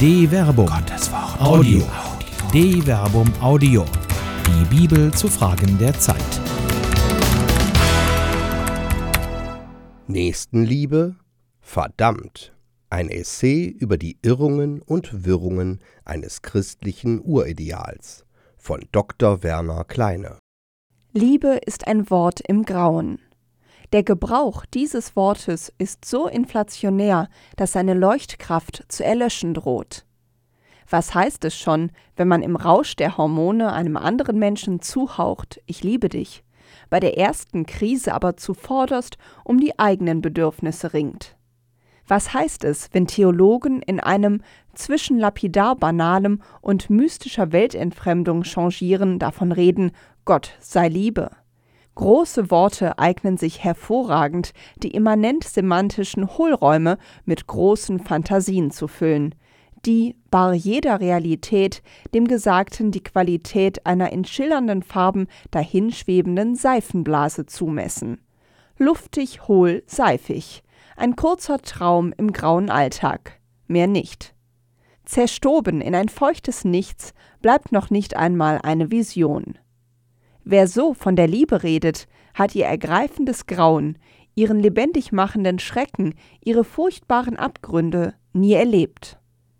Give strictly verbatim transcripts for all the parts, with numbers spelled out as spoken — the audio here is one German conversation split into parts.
De Verbum. Gottes Wort. Audio. De Verbum Audio. Die Bibel zu Fragen der Zeit. Nächstenliebe? Verdammt! Ein Essay über die Irrungen und Wirrungen eines christlichen Urideals von Doktor Werner Kleine. Liebe ist ein Wort im Grauen. Der Gebrauch dieses Wortes ist so inflationär, dass seine Leuchtkraft zu erlöschen droht. Was heißt es schon, wenn man im Rausch der Hormone einem anderen Menschen zuhaucht, ich liebe dich, bei der ersten Krise aber zuvorderst um die eigenen Bedürfnisse ringt? Was heißt es, wenn Theologen in einem zwischen lapidar Banalem und mystischer Weltentfremdung changieren, davon reden, Gott sei Liebe? Große Worte eignen sich hervorragend, die immanent semantischen Hohlräume mit großen Fantasien zu füllen, die, bar jeder Realität, dem Gesagten die Qualität einer in schillernden Farben dahinschwebenden Seifenblase zumessen. Luftig, hohl, seifig. Ein kurzer Traum im grauen Alltag. Mehr nicht. Zerstoben in ein feuchtes Nichts bleibt noch nicht einmal eine Vision. Wer so von der Liebe redet, hat ihr ergreifendes Grauen, ihren lebendig machenden Schrecken, ihre furchtbaren Abgründe nie erlebt.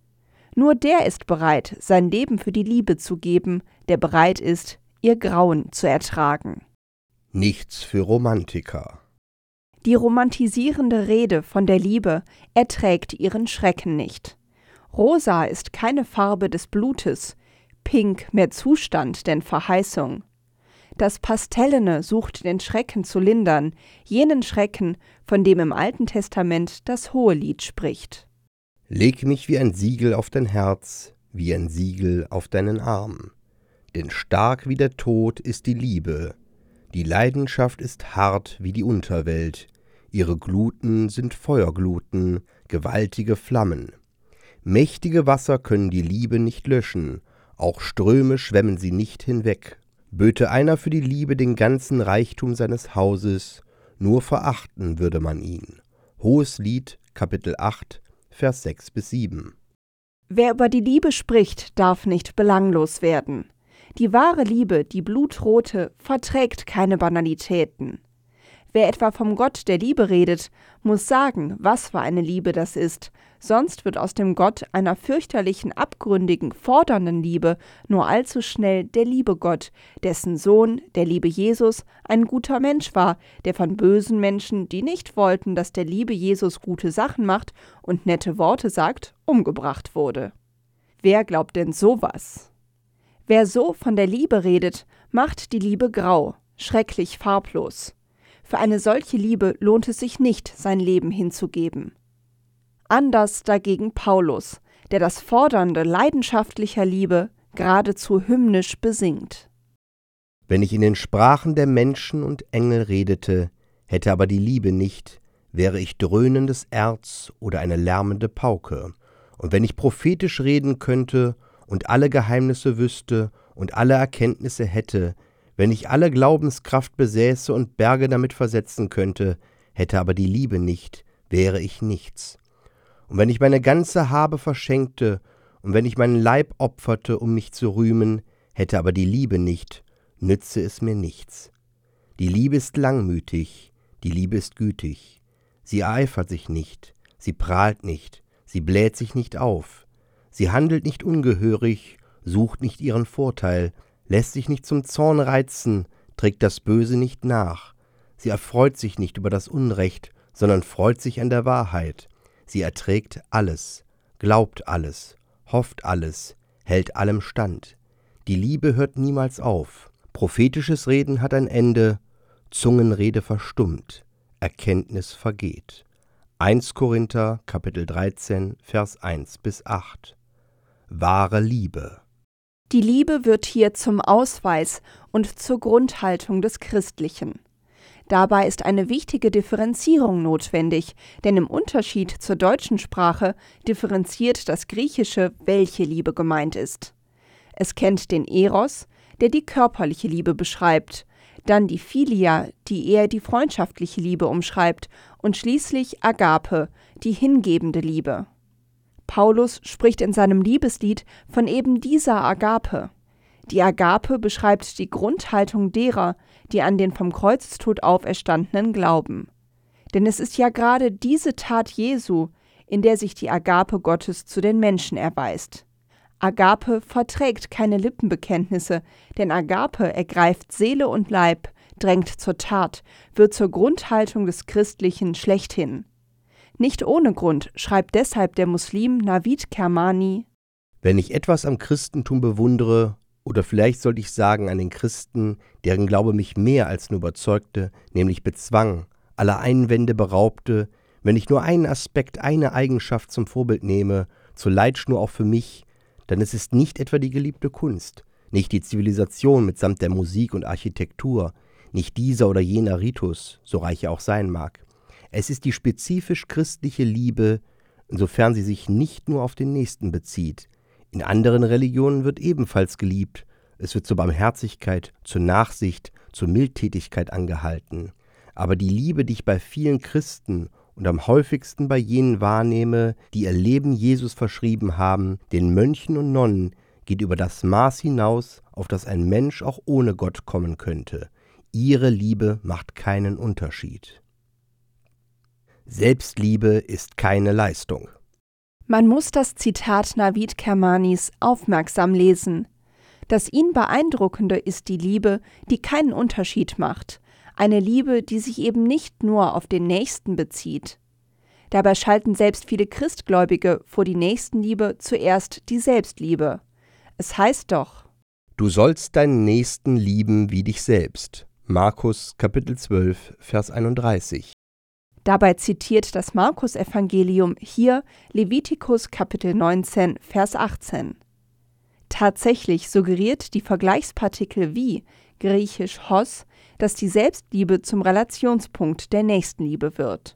Nur der ist bereit, sein Leben für die Liebe zu geben, der bereit ist, ihr Grauen zu ertragen. Nichts für Romantiker. Die romantisierende Rede von der Liebe erträgt ihren Schrecken nicht. Rosa ist keine Farbe des Blutes, Pink mehr Zustand denn Verheißung. Das Pastellene sucht den Schrecken zu lindern, jenen Schrecken, von dem im Alten Testament das Hohelied spricht. Leg mich wie ein Siegel auf dein Herz, wie ein Siegel auf deinen Arm. Denn stark wie der Tod ist die Liebe, die Leidenschaft ist hart wie die Unterwelt, ihre Gluten sind Feuergluten, gewaltige Flammen. Mächtige Wasser können die Liebe nicht löschen, auch Ströme schwemmen sie nicht hinweg. Böte einer für die Liebe den ganzen Reichtum seines Hauses, nur verachten würde man ihn. Hoheslied, Kapitel acht, Vers sechs bis sieben. Wer über die Liebe spricht, darf nicht belanglos werden. Die wahre Liebe, die blutrote, verträgt keine Banalitäten. Wer etwa vom Gott der Liebe redet, muss sagen, was für eine Liebe das ist, sonst wird aus dem Gott einer fürchterlichen, abgründigen, fordernden Liebe nur allzu schnell der liebe Gott, dessen Sohn, der liebe Jesus, ein guter Mensch war, der von bösen Menschen, die nicht wollten, dass der liebe Jesus gute Sachen macht und nette Worte sagt, umgebracht wurde. Wer glaubt denn sowas? Wer so von der Liebe redet, macht die Liebe grau, schrecklich farblos. Für eine solche Liebe lohnt es sich nicht, sein Leben hinzugeben. Anders dagegen Paulus, der das Fordernde leidenschaftlicher Liebe geradezu hymnisch besingt. Wenn ich in den Sprachen der Menschen und Engel redete, hätte aber die Liebe nicht, wäre ich dröhnendes Erz oder eine lärmende Pauke. Und wenn ich prophetisch reden könnte und alle Geheimnisse wüsste und alle Erkenntnisse hätte, wenn ich alle Glaubenskraft besäße und Berge damit versetzen könnte, hätte aber die Liebe nicht, wäre ich nichts. Und wenn ich meine ganze Habe verschenkte und wenn ich meinen Leib opferte, um mich zu rühmen, hätte aber die Liebe nicht, nütze es mir nichts. Die Liebe ist langmütig, die Liebe ist gütig. Sie ereifert sich nicht, sie prahlt nicht, sie bläht sich nicht auf. Sie handelt nicht ungehörig, sucht nicht ihren Vorteil, lässt sich nicht zum Zorn reizen, trägt das Böse nicht nach. Sie erfreut sich nicht über das Unrecht, sondern freut sich an der Wahrheit. Sie erträgt alles, glaubt alles, hofft alles, hält allem stand. Die Liebe hört niemals auf. Prophetisches Reden hat ein Ende, Zungenrede verstummt, Erkenntnis vergeht. erster Korinther, Kapitel dreizehn, Vers eins bis acht. Wahre Liebe. Die Liebe wird hier zum Ausweis und zur Grundhaltung des Christlichen. Dabei ist eine wichtige Differenzierung notwendig, denn im Unterschied zur deutschen Sprache differenziert das Griechische, welche Liebe gemeint ist. Es kennt den Eros, der die körperliche Liebe beschreibt, dann die Philia, die eher die freundschaftliche Liebe umschreibt, und schließlich Agape, die hingebende Liebe. Paulus spricht in seinem Liebeslied von eben dieser Agape. Die Agape beschreibt die Grundhaltung derer, die an den vom Kreuzestod Auferstandenen glauben. Denn es ist ja gerade diese Tat Jesu, in der sich die Agape Gottes zu den Menschen erweist. Agape verträgt keine Lippenbekenntnisse, denn Agape ergreift Seele und Leib, drängt zur Tat, wird zur Grundhaltung des Christlichen schlechthin. Nicht ohne Grund schreibt deshalb der Muslim Navid Kermani: Wenn ich etwas am Christentum bewundere, oder vielleicht sollte ich sagen an den Christen, deren Glaube mich mehr als nur überzeugte, nämlich bezwang, aller Einwände beraubte, wenn ich nur einen Aspekt, eine Eigenschaft zum Vorbild nehme, zur Leitschnur auch für mich, dann ist es nicht etwa die geliebte Kunst, nicht die Zivilisation mitsamt der Musik und Architektur, nicht dieser oder jener Ritus, so reich er auch sein mag. Es ist die spezifisch christliche Liebe, insofern sie sich nicht nur auf den Nächsten bezieht. In anderen Religionen wird ebenfalls geliebt, es wird zur Barmherzigkeit, zur Nachsicht, zur Mildtätigkeit angehalten. Aber die Liebe, die ich bei vielen Christen und am häufigsten bei jenen wahrnehme, die ihr Leben Jesus verschrieben haben, den Mönchen und Nonnen, geht über das Maß hinaus, auf das ein Mensch auch ohne Gott kommen könnte. Ihre Liebe macht keinen Unterschied. Selbstliebe ist keine Leistung. Man muss das Zitat Navid Kermanis aufmerksam lesen. Das ihn beeindruckende ist die Liebe, die keinen Unterschied macht. Eine Liebe, die sich eben nicht nur auf den Nächsten bezieht. Dabei schalten selbst viele Christgläubige vor die Nächstenliebe zuerst die Selbstliebe. Es heißt doch: Du sollst deinen Nächsten lieben wie dich selbst. Markus Kapitel zwölf, Vers einunddreißig. Dabei zitiert das Markus-Evangelium hier Levitikus Kapitel neunzehn, Vers achtzehn. Tatsächlich suggeriert die Vergleichspartikel wie, griechisch hos, dass die Selbstliebe zum Relationspunkt der Nächstenliebe wird.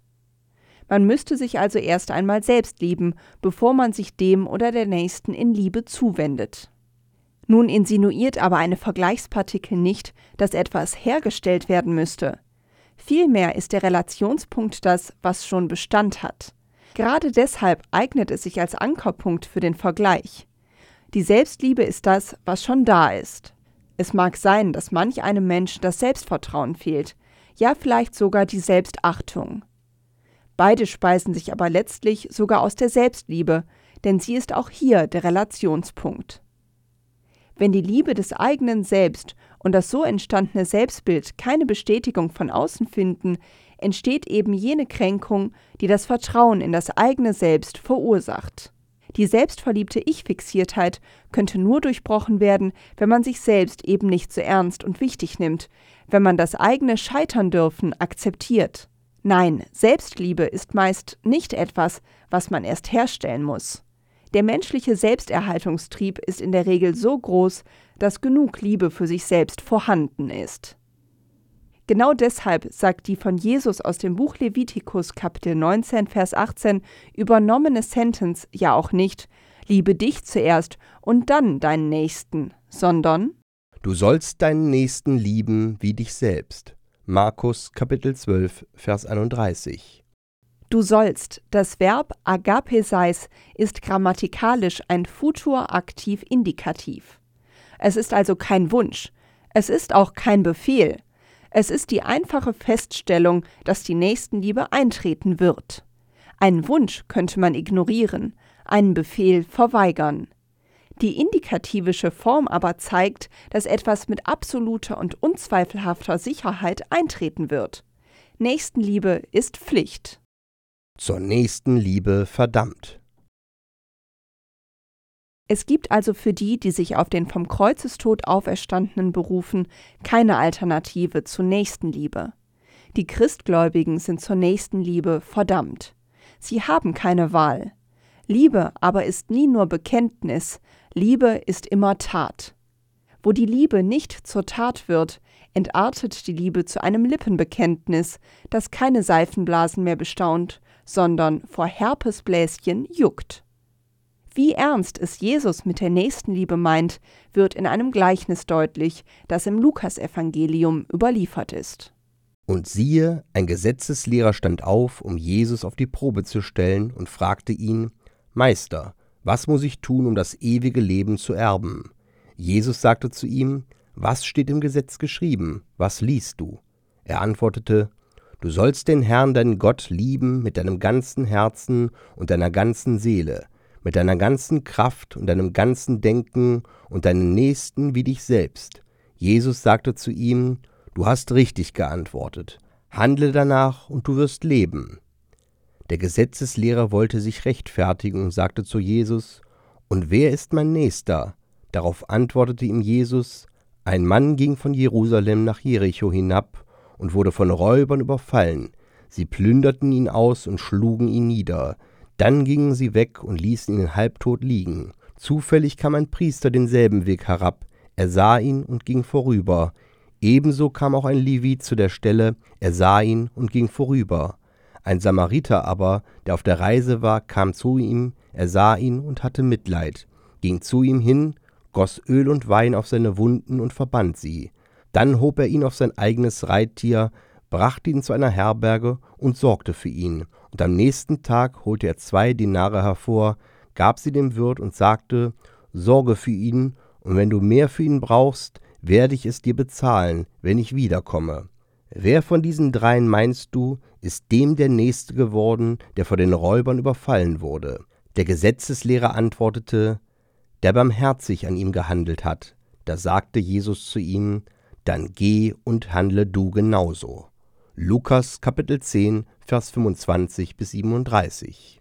Man müsste sich also erst einmal selbst lieben, bevor man sich dem oder der Nächsten in Liebe zuwendet. Nun insinuiert aber eine Vergleichspartikel nicht, dass etwas hergestellt werden müsste. Vielmehr ist der Relationspunkt das, was schon Bestand hat. Gerade deshalb eignet es sich als Ankerpunkt für den Vergleich. Die Selbstliebe ist das, was schon da ist. Es mag sein, dass manch einem Menschen das Selbstvertrauen fehlt, ja vielleicht sogar die Selbstachtung. Beide speisen sich aber letztlich sogar aus der Selbstliebe, denn sie ist auch hier der Relationspunkt. Wenn die Liebe des eigenen Selbst und das so entstandene Selbstbild keine Bestätigung von außen finden, entsteht eben jene Kränkung, die das Vertrauen in das eigene Selbst verursacht. Die selbstverliebte Ich-Fixiertheit könnte nur durchbrochen werden, wenn man sich selbst eben nicht so ernst und wichtig nimmt, wenn man das eigene Scheitern-Dürfen akzeptiert. Nein, Selbstliebe ist meist nicht etwas, was man erst herstellen muss. Der menschliche Selbsterhaltungstrieb ist in der Regel so groß, dass genug Liebe für sich selbst vorhanden ist. Genau deshalb sagt die von Jesus aus dem Buch Levitikus Kapitel neunzehn, Vers achtzehn übernommene Sentence ja auch nicht: Liebe dich zuerst und dann deinen Nächsten, sondern: Du sollst deinen Nächsten lieben wie dich selbst. Markus Kapitel zwölf, Vers einunddreißig. Du sollst, das Verb agapeseis ist grammatikalisch ein Futur aktiv indikativ. Es ist also kein Wunsch, es ist auch kein Befehl. Es ist die einfache Feststellung, dass die Nächstenliebe eintreten wird. Einen Wunsch könnte man ignorieren, einen Befehl verweigern. Die indikativische Form aber zeigt, dass etwas mit absoluter und unzweifelhafter Sicherheit eintreten wird. Nächstenliebe ist Pflicht. Zur Nächstenliebe verdammt. Es gibt also für die, die sich auf den vom Kreuzestod Auferstandenen berufen, keine Alternative zur Nächstenliebe. Die Christgläubigen sind zur Nächstenliebe verdammt. Sie haben keine Wahl. Liebe aber ist nie nur Bekenntnis, Liebe ist immer Tat. Wo die Liebe nicht zur Tat wird, entartet die Liebe zu einem Lippenbekenntnis, das keine Seifenblasen mehr bestaunt, sondern vor Herpesbläschen juckt. Wie ernst es Jesus mit der Nächstenliebe meint, wird in einem Gleichnis deutlich, das im Lukasevangelium überliefert ist. Und siehe, ein Gesetzeslehrer stand auf, um Jesus auf die Probe zu stellen, und fragte ihn: Meister, was muss ich tun, um das ewige Leben zu erben? Jesus sagte zu ihm, was steht im Gesetz geschrieben? Was liest du? Er antwortete, du sollst den Herrn, deinen Gott, lieben mit deinem ganzen Herzen und deiner ganzen Seele, mit deiner ganzen Kraft und deinem ganzen Denken und deinen Nächsten wie dich selbst. Jesus sagte zu ihm, du hast richtig geantwortet. Handle danach und du wirst leben. Der Gesetzeslehrer wollte sich rechtfertigen und sagte zu Jesus, und wer ist mein Nächster? Darauf antwortete ihm Jesus, ein Mann ging von Jerusalem nach Jericho hinab und wurde von Räubern überfallen. Sie plünderten ihn aus und schlugen ihn nieder. Dann gingen sie weg und ließen ihn halbtot liegen. Zufällig kam ein Priester denselben Weg herab. Er sah ihn und ging vorüber. Ebenso kam auch ein Levit zu der Stelle. Er sah ihn und ging vorüber. Ein Samariter aber, der auf der Reise war, kam zu ihm, er sah ihn und hatte Mitleid, ging zu ihm hin, goss Öl und Wein auf seine Wunden und verband sie. Dann hob er ihn auf sein eigenes Reittier, brachte ihn zu einer Herberge und sorgte für ihn. Und am nächsten Tag holte er zwei Denare hervor, gab sie dem Wirt und sagte, sorge für ihn, und wenn du mehr für ihn brauchst, werde ich es dir bezahlen, wenn ich wiederkomme. Wer von diesen dreien, meinst du, ist dem der Nächste geworden, der vor den Räubern überfallen wurde? Der Gesetzeslehrer antwortete, der barmherzig an ihm gehandelt hat. Da sagte Jesus zu ihm, dann geh und handle du genauso. Lukas Kapitel zehn, Vers fünfundzwanzig bis siebenunddreißig.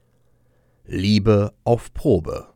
Liebe auf Probe.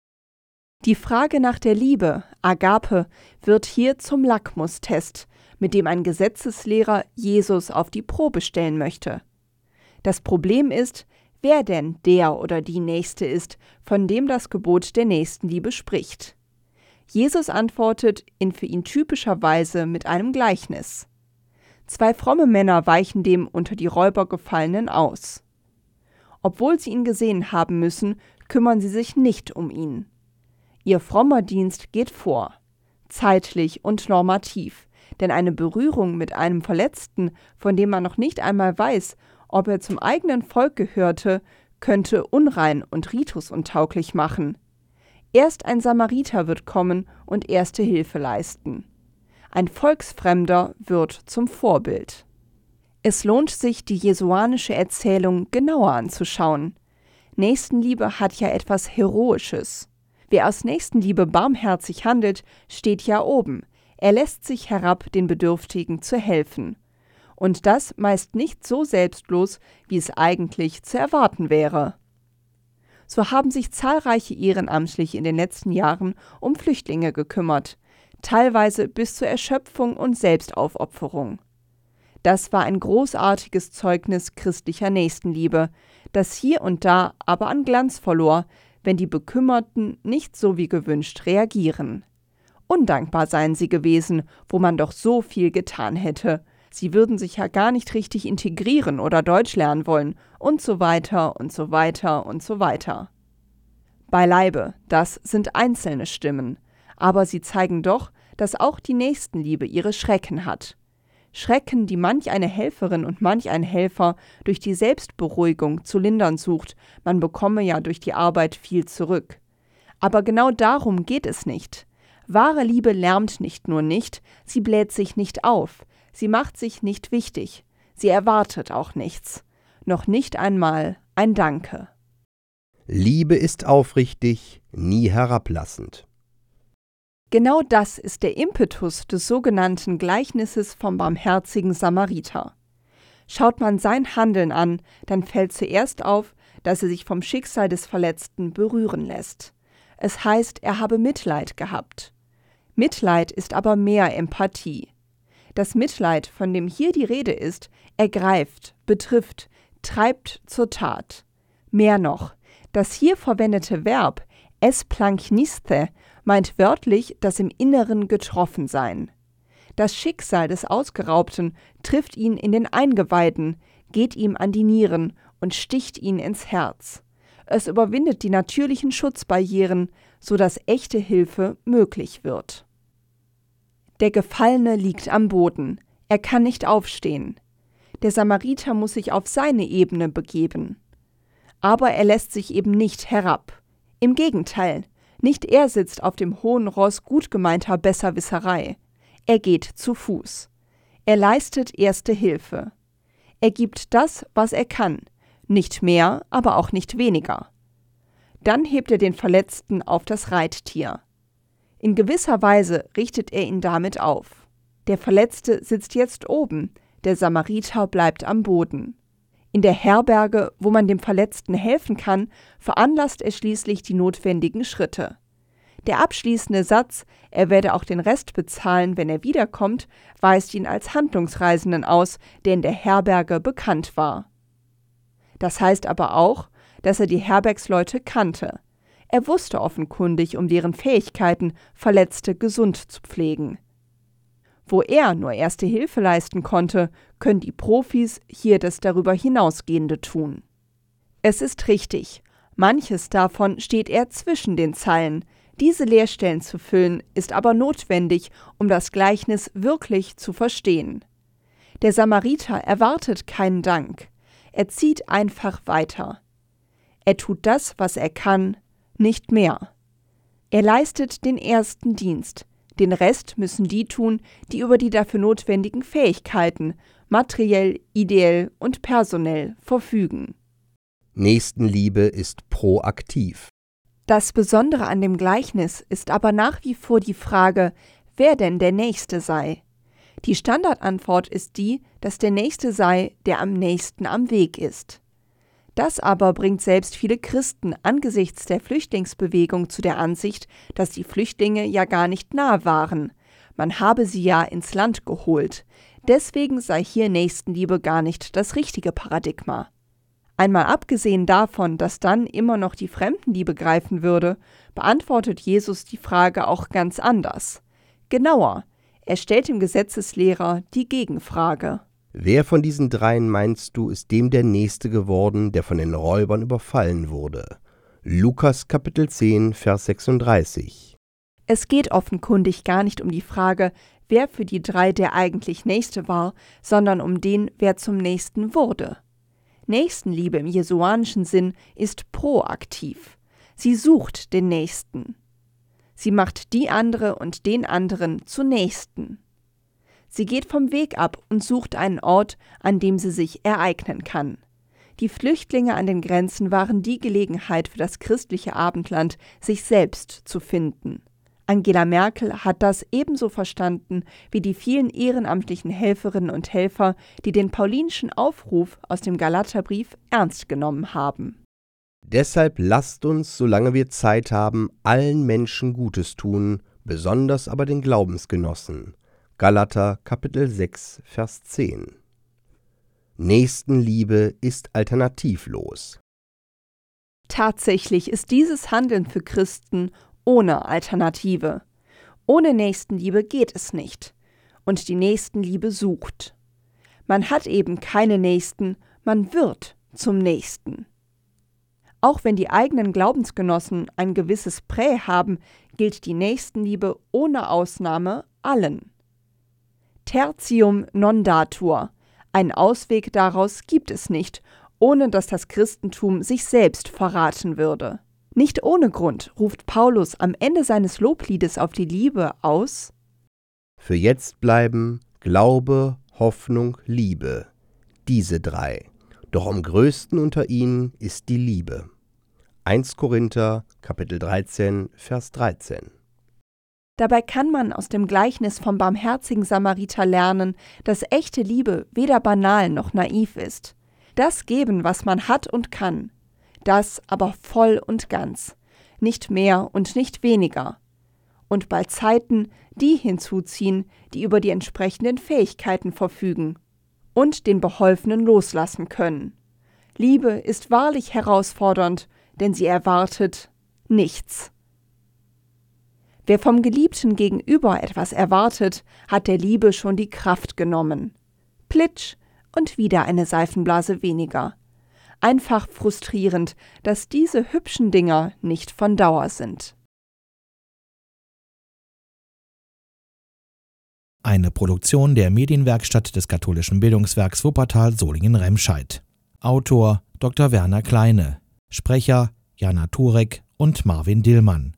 Die Frage nach der Liebe, Agape, wird hier zum Lackmustest, mit dem ein Gesetzeslehrer Jesus auf die Probe stellen möchte. Das Problem ist, wer denn der oder die Nächste ist, von dem das Gebot der Nächstenliebe spricht. Jesus antwortet in für ihn typischer Weise mit einem Gleichnis. Zwei fromme Männer weichen dem unter die Räuber Gefallenen aus. Obwohl sie ihn gesehen haben müssen, kümmern sie sich nicht um ihn. Ihr frommer Dienst geht vor, zeitlich und normativ, denn eine Berührung mit einem Verletzten, von dem man noch nicht einmal weiß, ob er zum eigenen Volk gehörte, könnte unrein und ritusuntauglich machen. Erst ein Samariter wird kommen und erste Hilfe leisten. Ein Volksfremder wird zum Vorbild. Es lohnt sich, die jesuanische Erzählung genauer anzuschauen. Nächstenliebe hat ja etwas Heroisches. Wer aus Nächstenliebe barmherzig handelt, steht ja oben. Er lässt sich herab, den Bedürftigen zu helfen. Und das meist nicht so selbstlos, wie es eigentlich zu erwarten wäre. So haben sich zahlreiche Ehrenamtliche in den letzten Jahren um Flüchtlinge gekümmert, teilweise bis zur Erschöpfung und Selbstaufopferung. Das war ein großartiges Zeugnis christlicher Nächstenliebe, das hier und da aber an Glanz verlor, wenn die Bekümmerten nicht so wie gewünscht reagieren. Undankbar seien sie gewesen, wo man doch so viel getan hätte. Sie würden sich ja gar nicht richtig integrieren oder Deutsch lernen wollen und so weiter und so weiter und so weiter. Beileibe, das sind einzelne Stimmen, aber sie zeigen doch, dass auch die Nächstenliebe ihre Schrecken hat. Schrecken, die manch eine Helferin und manch ein Helfer durch die Selbstberuhigung zu lindern sucht, man bekomme ja durch die Arbeit viel zurück. Aber genau darum geht es nicht. Wahre Liebe lärmt nicht nur nicht, sie bläht sich nicht auf, sie macht sich nicht wichtig, sie erwartet auch nichts. Noch nicht einmal ein Danke. Liebe ist aufrichtig, nie herablassend. Genau das ist der Impetus des sogenannten Gleichnisses vom barmherzigen Samariter. Schaut man sein Handeln an, dann fällt zuerst auf, dass er sich vom Schicksal des Verletzten berühren lässt. Es heißt, er habe Mitleid gehabt. Mitleid ist aber mehr Empathie. Das Mitleid, von dem hier die Rede ist, ergreift, betrifft, treibt zur Tat. Mehr noch, das hier verwendete Verb esplanchniste meint wörtlich das im Inneren getroffen sein. Das Schicksal des Ausgeraubten trifft ihn in den Eingeweiden, geht ihm an die Nieren und sticht ihn ins Herz. Es überwindet die natürlichen Schutzbarrieren, sodass echte Hilfe möglich wird. Der Gefallene liegt am Boden. Er kann nicht aufstehen. Der Samariter muss sich auf seine Ebene begeben. Aber er lässt sich eben nicht herab. Im Gegenteil, nicht er sitzt auf dem hohen Ross gut gemeinter Besserwisserei. Er geht zu Fuß. Er leistet erste Hilfe. Er gibt das, was er kann, nicht mehr, aber auch nicht weniger. Dann hebt er den Verletzten auf das Reittier. In gewisser Weise richtet er ihn damit auf. Der Verletzte sitzt jetzt oben, der Samariter bleibt am Boden. In der Herberge, wo man dem Verletzten helfen kann, veranlasst er schließlich die notwendigen Schritte. Der abschließende Satz, er werde auch den Rest bezahlen, wenn er wiederkommt, weist ihn als Handlungsreisenden aus, der in der Herberge bekannt war. Das heißt aber auch, dass er die Herbergsleute kannte. Er wusste offenkundig um deren Fähigkeiten, Verletzte gesund zu pflegen. Wo er nur erste Hilfe leisten konnte, können die Profis hier das darüber hinausgehende tun. Es ist richtig, manches davon steht eher zwischen den Zeilen. Diese Leerstellen zu füllen, ist aber notwendig, um das Gleichnis wirklich zu verstehen. Der Samariter erwartet keinen Dank. Er zieht einfach weiter. Er tut das, was er kann, nicht mehr. Er leistet den ersten Dienst. Den Rest müssen die tun, die über die dafür notwendigen Fähigkeiten, materiell, ideell und personell, verfügen. Nächstenliebe ist proaktiv. Das Besondere an dem Gleichnis ist aber nach wie vor die Frage, wer denn der Nächste sei. Die Standardantwort ist die, dass der Nächste sei, der am nächsten am Weg ist. Das aber bringt selbst viele Christen angesichts der Flüchtlingsbewegung zu der Ansicht, dass die Flüchtlinge ja gar nicht nah waren. Man habe sie ja ins Land geholt. Deswegen sei hier Nächstenliebe gar nicht das richtige Paradigma. Einmal abgesehen davon, dass dann immer noch die Fremdenliebe greifen würde, beantwortet Jesus die Frage auch ganz anders. Genauer, er stellt dem Gesetzeslehrer die Gegenfrage. Wer von diesen dreien, meinst du, ist dem der Nächste geworden, der von den Räubern überfallen wurde? Lukas Kapitel zehn, Vers sechsunddreißig. Es geht offenkundig gar nicht um die Frage, wer für die drei der eigentlich Nächste war, sondern um den, wer zum Nächsten wurde. Nächstenliebe im jesuanischen Sinn ist proaktiv. Sie sucht den Nächsten. Sie macht die andere und den anderen zu Nächsten. Sie geht vom Weg ab und sucht einen Ort, an dem sie sich ereignen kann. Die Flüchtlinge an den Grenzen waren die Gelegenheit für das christliche Abendland, sich selbst zu finden. Angela Merkel hat das ebenso verstanden wie die vielen ehrenamtlichen Helferinnen und Helfer, die den paulinischen Aufruf aus dem Galaterbrief ernst genommen haben. Deshalb lasst uns, solange wir Zeit haben, allen Menschen Gutes tun, besonders aber den Glaubensgenossen. Galater Kapitel sechs, Vers zehn. Nächstenliebe ist alternativlos. Tatsächlich ist dieses Handeln für Christen ohne Alternative. Ohne Nächstenliebe geht es nicht. Und die Nächstenliebe sucht. Man hat eben keine Nächsten, man wird zum Nächsten. Auch wenn die eigenen Glaubensgenossen ein gewisses Prä haben, gilt die Nächstenliebe ohne Ausnahme allen. Tertium non datur. Einen Ausweg daraus gibt es nicht, ohne dass das Christentum sich selbst verraten würde. Nicht ohne Grund ruft Paulus am Ende seines Lobliedes auf die Liebe aus: Für jetzt bleiben Glaube, Hoffnung, Liebe, diese drei. Doch am größten unter ihnen ist die Liebe. erster Korinther, Kapitel dreizehn, Vers dreizehn. Dabei kann man aus dem Gleichnis vom barmherzigen Samariter lernen, dass echte Liebe weder banal noch naiv ist. Das geben, was man hat und kann. Das aber voll und ganz, nicht mehr und nicht weniger. Und bei Zeiten die hinzuziehen, die über die entsprechenden Fähigkeiten verfügen und den Beholfenen loslassen können. Liebe ist wahrlich herausfordernd, denn sie erwartet nichts. Wer vom Geliebten gegenüber etwas erwartet, hat der Liebe schon die Kraft genommen. Plitsch und wieder eine Seifenblase weniger. Einfach frustrierend, dass diese hübschen Dinger nicht von Dauer sind. Eine Produktion der Medienwerkstatt des katholischen Bildungswerks Wuppertal Solingen-Remscheid. Autor Doktor Werner Kleine. Sprecher Jana Turek und Marvin Dillmann.